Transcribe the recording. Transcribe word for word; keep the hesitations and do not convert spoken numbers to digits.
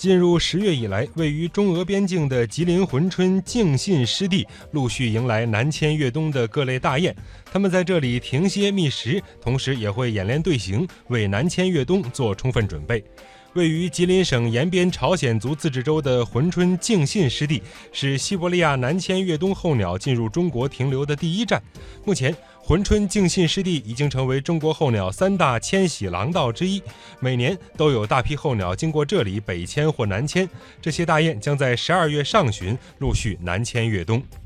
进入十月以来，位于中俄边境的吉林珲春敬信湿地陆续迎来南迁越冬的各类大雁，它们在这里停歇觅食，同时也会演练队形，为南迁越冬做充分准备。位于吉林省延边朝鲜族自治州的珲春敬信湿地，是西伯利亚南迁越冬候鸟进入中国停留的第一站。目前，珲春敬信湿地已经成为中国候鸟三大迁徙廊道之一，每年都有大批候鸟经过这里北迁或南迁。这些大雁将在十二月上旬陆续南迁越冬。